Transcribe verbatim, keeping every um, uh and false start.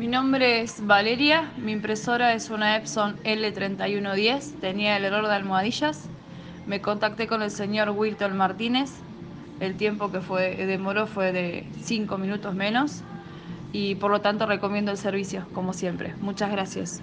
Mi nombre es Valeria, mi impresora es una Epson L treinta y uno diez, tenía el error de almohadillas. Me contacté con el señor Wilton Martínez, el tiempo que fue, demoró fue de cinco minutos menos y por lo tanto recomiendo el servicio, como siempre. Muchas gracias.